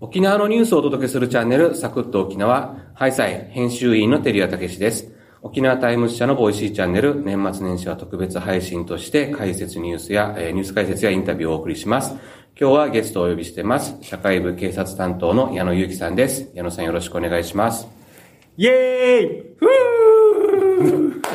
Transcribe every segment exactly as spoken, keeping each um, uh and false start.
沖縄のニュースをお届けするチャンネル、サクッと沖縄、ハイサイ編集員の照屋武史です。沖縄タイムズ社のボイシーチャンネル、年末年始は特別配信として解説ニュースや、えー、ニュース解説やインタビューをお送りします。今日はゲストをお呼びしています。社会部警察担当の矢野祐樹さんです。矢野さんよろしくお願いします。 イェーイふー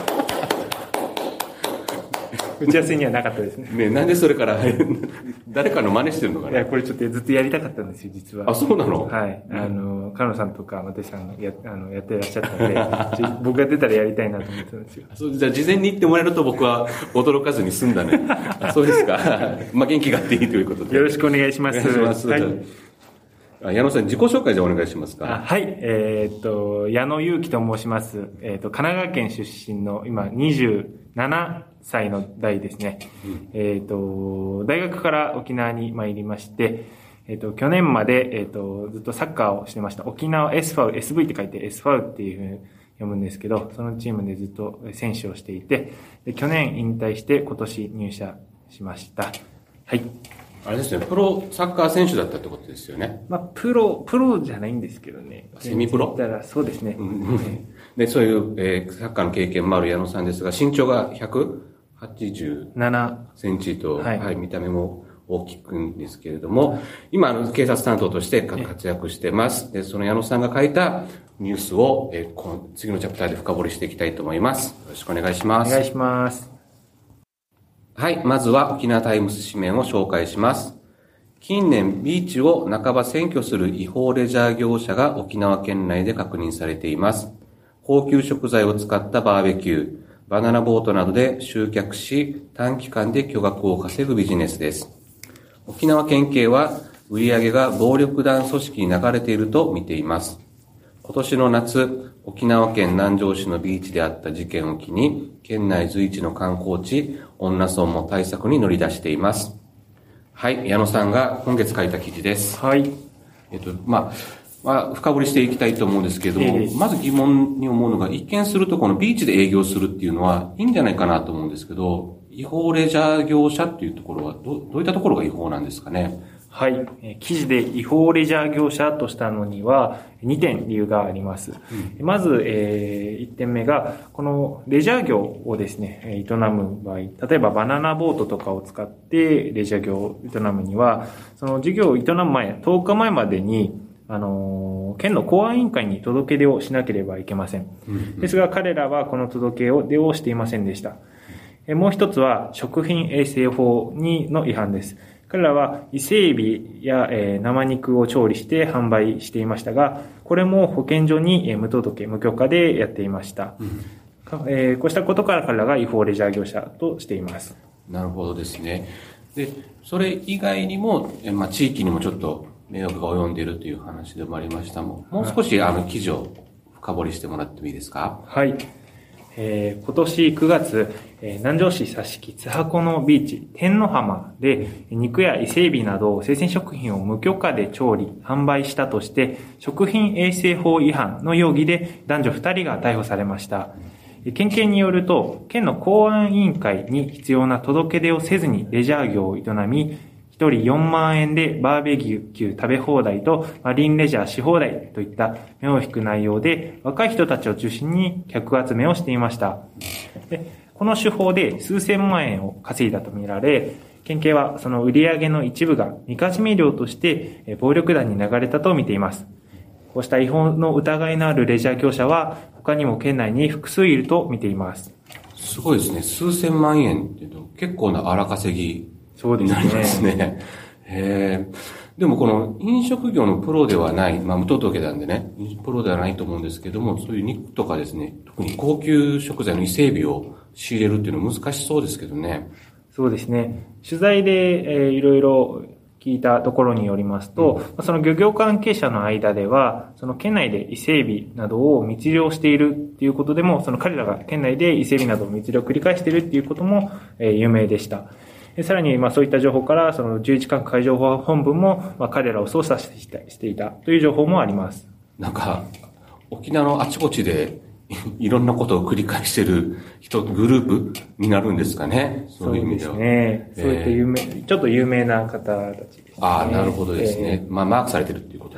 打ち合わせにはなかったですね。 ね、なんでそれから誰かの真似してるのかな。 いや、これちょっとずっとやりたかったんですよ、実は。 あ、そうなの？ はい。あの、カノさんとか、松井さんがや、あの、やってらっしゃったので、僕が出たらやりたいなと思ってたんですよ。 そう、じゃあ事前に言ってもらえると僕は驚かずに済んだね。あ、そうですか。まあ元気があっていいということで。 よろしくお願いします。 お願いします。はい。矢野さん、自己紹介でお願いしますか。 はい。えー、っと、矢野祐樹と申します。えー、っと、神奈川県出身の今にじゅうななさいの代ですね。うん、えー、っと、大学から沖縄に参りまして、えー、っと、去年まで、えー、っと、ずっとサッカーをしてました。沖縄 エスファウ、エスブイ って書いて エスファウ っていうふうに読むんですけど、そのチームでずっと選手をしていて、で去年引退して今年入社しました。はい。 あれですね、プロサッカー選手だったってことですよね。 まあ、プロ、プロじゃないんですけどね。 セミプロ？ だからそうですね。 で、そういう、えー、サッカーの経験もある矢野さんですが、身長がひゃくはちじゅうななセンチと、はい、はい、見た目も大きくんですけれども、今、あの、警察担当として活躍してます。で、その矢野さんが書いたニュースを、えー、この次のチャプターで深掘りしていきたいと思います。よろしくお願いします。 お願いします。 はい、まずは沖縄タイムズ紙面を紹介します。近年、ビーチを半ば占拠する違法レジャー業者が沖縄県内で確認されています。高級食材を使ったバーベキュー、バナナボートなどで集客し、短期間で巨額を稼ぐビジネスです。沖縄県警は、売上が暴力団組織に流れていると見ています。今年の夏、沖縄県南城市のビーチであった事件を機に、県内随一の観光地、恩納村も対策に乗り出しています。はい、矢野さんが今月書いた記事です。 はい。 えっと、まあ、まあ、深掘りしていきたいと思うんですけれども、えー、まず疑問に思うのが、一見するとこのビーチで営業するっていうのはいいんじゃないかなと思うんですけど、違法レジャー業者っていうところはど、どういったところが違法なんですかね。 はい。記事で違法レジャー業者としたのにはにてん理由があります。うん、まず、えー、いってんめが、このレジャー業をですね、営む場合、例えばバナナボートとかを使ってレジャー業を営むには、その事業を営む前、とおかまえまでに、あの、県の公安委員会に届け出をしなければいけません。うんうん、ですが、彼らはこの届け出をしていませんでした。もう一つは、食品衛生法にの違反です。彼らは伊勢海老や、えー、生肉を調理して販売していましたが、これも保健所に、えー、無届け、無許可でやっていました、うんえー。こうしたことから彼らが違法レジャー業者としています。 なるほどですね。で、それ以外にも、えーまあ、地域にもちょっと迷惑が及んでいるという話でもありましたもん。もう少しあの記事を深掘りしてもらってもいいですか？ はい。えー、今年くがつ、えー、南城市佐敷津箱のビーチ、天の浜で肉や伊勢海老など生鮮食品を無許可で調理、販売したとして、食品衛生法違反の容疑で男女ふたりが逮捕されました。県警によると、県の公安委員会に必要な届け出をせずにレジャー業を営み、一人よんまんえんでバーベキュー食べ放題とマリンレジャーし放題といった目を引く内容で若い人たちを中心に客集めをしていました。でこの手法で数千万円を稼いだとみられ、県警はその売上の一部がみかじめ料として暴力団に流れたと見ています。こうした違法の疑いのあるレジャー業者は他にも県内に複数いると見ています。 すごいですね。数千万円っていうと結構な荒稼ぎそうですね。 なりますね。へー。でもこの飲食業のプロではない、まあ無届けなんでね、プロではないと思うんですけども、そういう肉とかですね、特に高級食材の伊勢海老を仕入れるっていうのは難しそうですけどね。 そうですね。取材で、えー、いろいろ聞いたところによりますと、うん、その漁業関係者の間では、その県内で伊勢海老などを密漁しているっていうことでも、その彼らが県内で伊勢海老などを密漁を繰り返しているっていうことも、えー、有名でした。さらに、まあそういった情報から、そのじゅういち管区海上保安本部も、まあ彼らを捜査していたという情報もあります。 なんか、沖縄のあちこちでいろんなことを繰り返している人、グループになるんですかね。そういう意味では。 そうですね。そういった有名、えー、ちょっと有名な方たちですね。 ああ、なるほどですね。えー、まあマークされてるっていうこと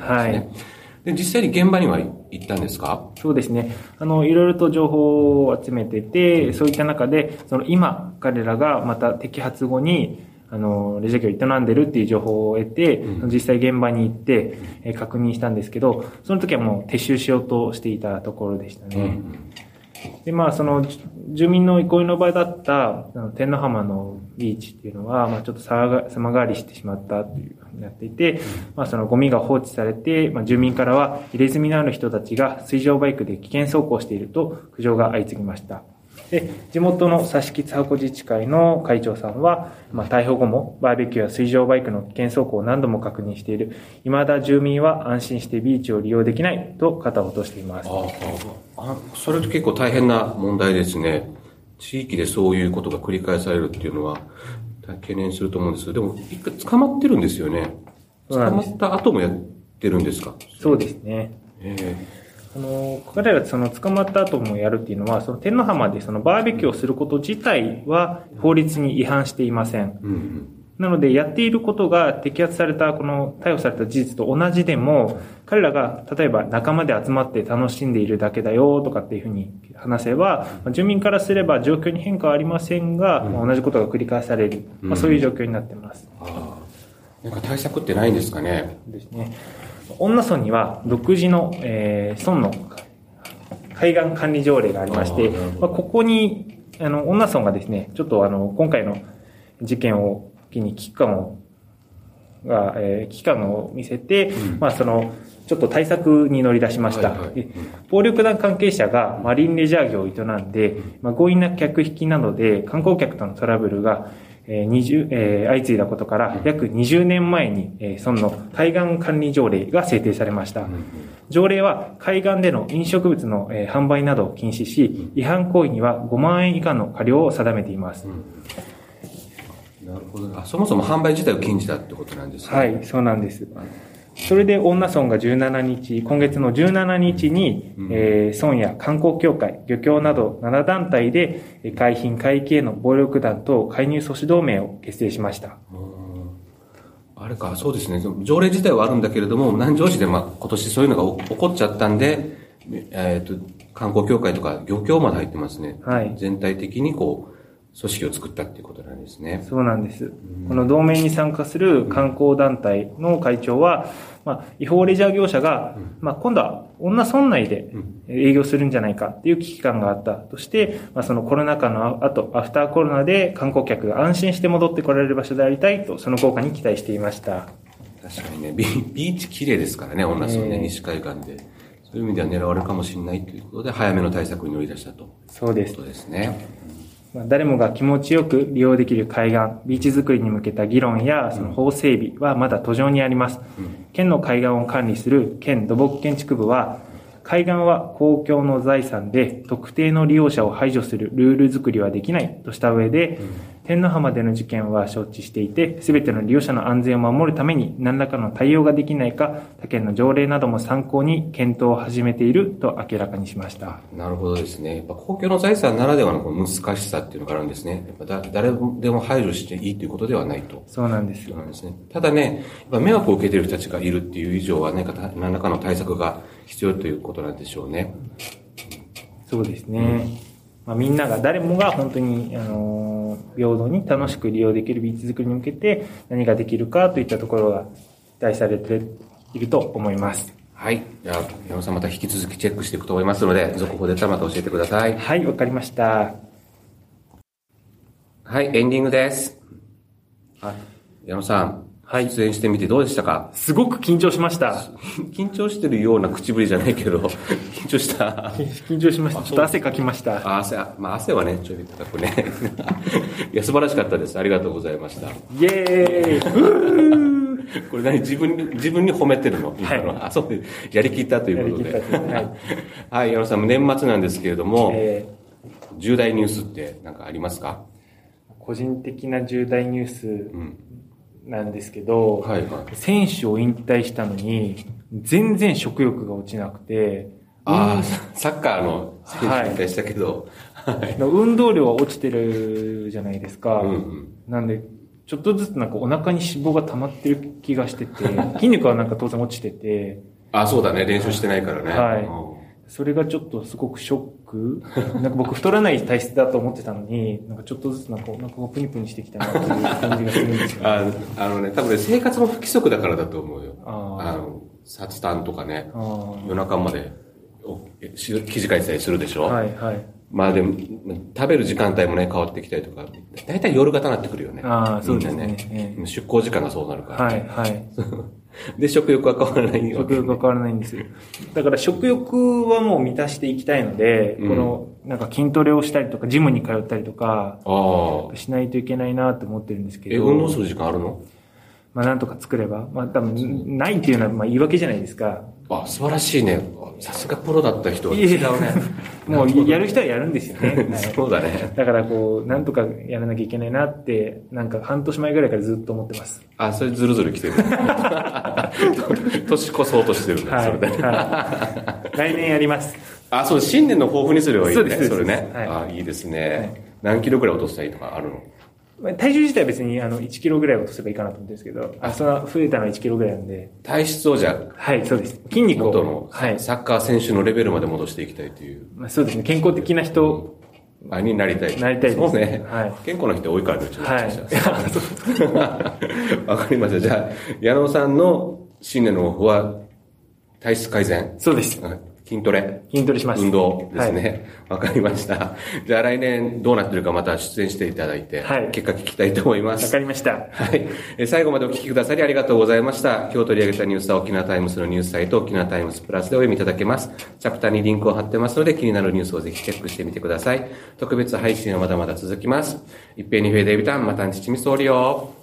ことですね。 はい。 で、実際に現場には行ったんですか？ そうですね。あの、いろいろと情報を集めてて、そういった中で、その今、彼らがまた摘発後に、あの、レジャー業を営んでるっていう情報を得て、うん、実際現場に行って、えー、確認したんですけど、その時はもう撤収しようとしていたところでしたね。うんで、まあ、その、住民の憩いの場だった、あの天皇浜のビーチっていうのは、まあ、ちょっと様が様変わりしてしまったというふうになっていて、まあ、そのゴミが放置されて、まあ、住民からは、入れ墨のある人たちが水上バイクで危険走行していると苦情が相次ぎました。で、地元の佐敷津箱自治会の会長さんは、まあ、逮捕後もバーベキューや水上バイクの危険走行を何度も確認している。未だ住民は安心してビーチを利用できないと肩を落としています。 ああ、それって結構大変な問題ですね。地域でそういうことが繰り返されるっていうのは懸念すると思うんですけど、でも一回捕まってるんですよね。捕まった後もやってるんですか？ そうですね。えーあの、彼らその捕まった後もやるっていうのは、その天皇浜でそのバーベキューをすること自体は法律に違反していません。うんうん、なので、やっていることが摘発された、この逮捕された事実と同じでも、彼らが例えば仲間で集まって楽しんでいるだけだよとかっていうふうに話せば、住民からすれば状況に変化はありませんが、うん、同じことが繰り返される、うんまあ、そういう状況になっています。 ああ、なんか対策ってないんですかね？ ですね。恩納村には独自の、えー、村の海岸管理条例がありまして、まあ、ここに、あの、恩納村がですね、ちょっとあの、今回の事件を機に危機感を、が、えー、危機感を見せて、うん、まあその、ちょっと対策に乗り出しました。はいはいうん、暴力団関係者がマリンレジャー業を営んで、まあ、強引な客引きなどで観光客とのトラブルが、えー20えー、相次いだことから約にじゅうねんまえに、えー、村の海岸管理条例が制定されました。条例は海岸での飲食物の、えー、販売などを禁止し、違反行為にはごまんえん以下の過料を定めています。 うん、なるほど。あ、そもそも販売自体を禁じたってことなんですね。 はい、そうなんです。それで恩納村がじゅうしちにち、今月のじゅうしちにちに、うんえー、村や観光協会、漁協などななだんたいで海浜海域への暴力団等介入阻止同盟を結成しました。 あれか、そうですね。条例自体はあるんだけれども、南城市でまあ今年そういうのが起こっちゃったんで、えっと、観光協会とか漁協まで入ってますね。はい。全体的にこう、組織を作ったっていうことなんですね。 そうなんです。うん、この同盟に参加する観光団体の会長は、まあ、違法レジャー業者が、うん、まあ、今度は女村内で営業するんじゃないかっていう危機感があったとして、まあ、そのコロナ禍の後、アフターコロナで観光客が安心して戻ってこられる場所でありたいと、その効果に期待していました。 確かにね、ビ, ビーチ綺麗ですからね、女村ね、西海岸で。そういう意味では狙われるかもしれないということで、早めの対策に乗り出したと。 そうです。 ということですね。 誰もが気持ちよく利用できる海岸、ビーチ作りに向けた議論やその法整備はまだ途上にあります。うん、県の海岸を管理する県土木建築部は、海岸は公共の財産で特定の利用者を排除するルール作りはできないとした上で、うん、天皇浜での事件は承知していて、すべての利用者の安全を守るために何らかの対応ができないか、他県の条例なども参考に検討を始めていると明らかにしました。 なるほどですね。やっぱ公共の財産ならではの難しさっていうのがあるんですね。やっぱだ誰でも排除していいということではないと。 そうなんですよ。 そうなんですね。ただね、やっぱ迷惑を受けている人たちがいるっていう以上はね、何らかの対策が必要ということなんでしょうね。 そうですね。うんまあ、みんなが、誰もが本当に、あのー、平等に楽しく利用できるビーチ作りに向けて何ができるかといったところが期待されていると思います。 はい。じゃあ、矢野さんまた引き続きチェックしていくと思いますので、続報出たらまた教えてください。 はい、わかりました。 はい、エンディングです。あ、矢野さん。はい。出演してみてどうでしたか？ すごく緊張しました。 緊張してるような口ぶりじゃないけど、緊張した。 緊張しました。ちょっと汗かきました。 あ、汗、まあ汗はね、ちょい高くね。いや、素晴らしかったです。ありがとうございました。イェーイこれ何自分に、自分に褒めてるの？はい。あ、そうで、やりきったということで。はい。はい、矢野さん、年末なんですけれども、えー、重大ニュースって何かありますか？ 個人的な重大ニュース。うんなんですけど、はいはい、選手を引退したのに全然食欲が落ちなくて、 ああ、サッカーの選手引退したけど、 はい、運動量は落ちてるじゃないですか、うんうん、なんでちょっとずつなんかお腹に脂肪が溜まってる気がしてて、筋肉はなんか当然落ちてて。 あ、そうだね。練習してないからね。 はい。それがちょっとすごくショック。なんか僕太らない体質だと思ってたのに、なんかちょっとずつなんかお腹がプニプニしてきたなっていう感じがするんですよ、ね。 ああのね、多分ね、生活も不規則だからだと思うよ。 ああの、札単とかね、夜中まで記事書いてたりするでしょ。はいはい。まあでも、食べる時間帯もね、変わってきたりとか、だいたい夜型になってくるよね。 ああ、そうですね。 ね出航時間がそうなるから、 ね。はいはい。 で、食欲は変わらないわけ、ね。 食欲は変わらないんですよ。だから食欲はもう満たしていきたいので、うん、この、なんか筋トレをしたりとか、ジムに通ったりとか、しないといけないなと思ってるんですけど。 え、運動する時間あるの？ まあなんとか作れば。まあ多分、ないっていうのはまあ言い訳じゃないですか。 あ、素晴らしいね。さすがプロだった人は違うね。 もうやる人はやるんですよね。 そうだね。 だからこう、なんとかやらなきゃいけないなって、なんか半年前ぐらいからずっと思ってます。 あ、それずるずる来てる。年越そうとしてるんだ、はい、それで、 はい。来年やります。 あ、そう、新年の抱負にすればいいね。 そうです。 それね。 はい、 あ、いいですね。はい、何キロぐらい落としたいとかあるの？ 体重自体は別にあのいちキロぐらい落とせばいいかなと思ってるんですけど、あ、その増えたのはいちキロぐらいなんで。 体質をじゃあ。 はい、そうです。筋肉を。 元の、はい。サッカー選手のレベルまで戻していきたいという。 まあ、そうですね。健康的な人、 あ、になりたい。 なりたいです。 そうね。 はい。 健康な人多いからね、うちのはい。 わかりました。じゃあ、矢野さんの新年の抱負は、体質改善。 そうです。 筋トレ。 筋トレします。 運動ですね。わ、はい、かりました。じゃあ来年どうなってるかまた出演していただいて、はい、結果聞きたいと思います。 わかりました。 はい。え最後までお聞きくださりありがとうございました。今日取り上げたニュースは沖縄タイムスのニュースサイト沖縄タイムスプラスでお読みいただけます。チャプターにリンクを貼ってますので気になるニュースをぜひチェックしてみてください。特別配信はまだまだ続きます。一平二平デイビタン、またんちちみそうりよ。